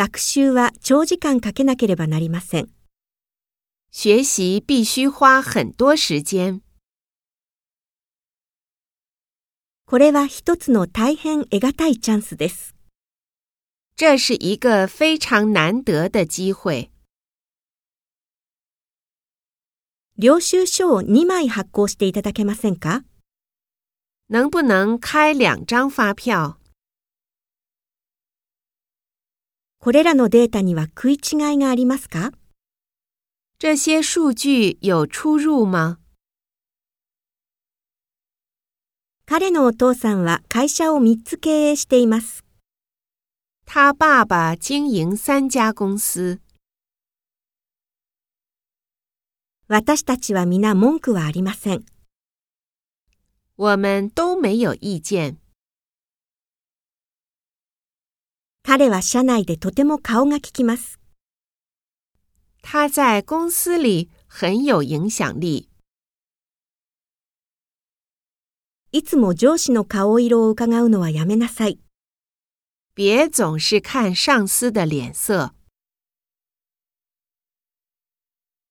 学習は長時間かけなければなりません。 学习必须花很多时间。 これは一つの大変得難いチャンスです。 这是一个非常难得的机会。 領収書を2枚発行していただけませんか？ 能不能开2张发票？ これらのデータには食い違いがありますか？ 这些数据有出入吗？ 彼のお父さんは会社を3つ経営しています。 他爸爸经营3家公司。 私たちは皆文句はありません。 我们都没有意见。 彼は社内でとても顔が利きます。 他在公司里很有影响力。 いつも上司の顔色を伺うのはやめなさい。 别总是看上司的脸色。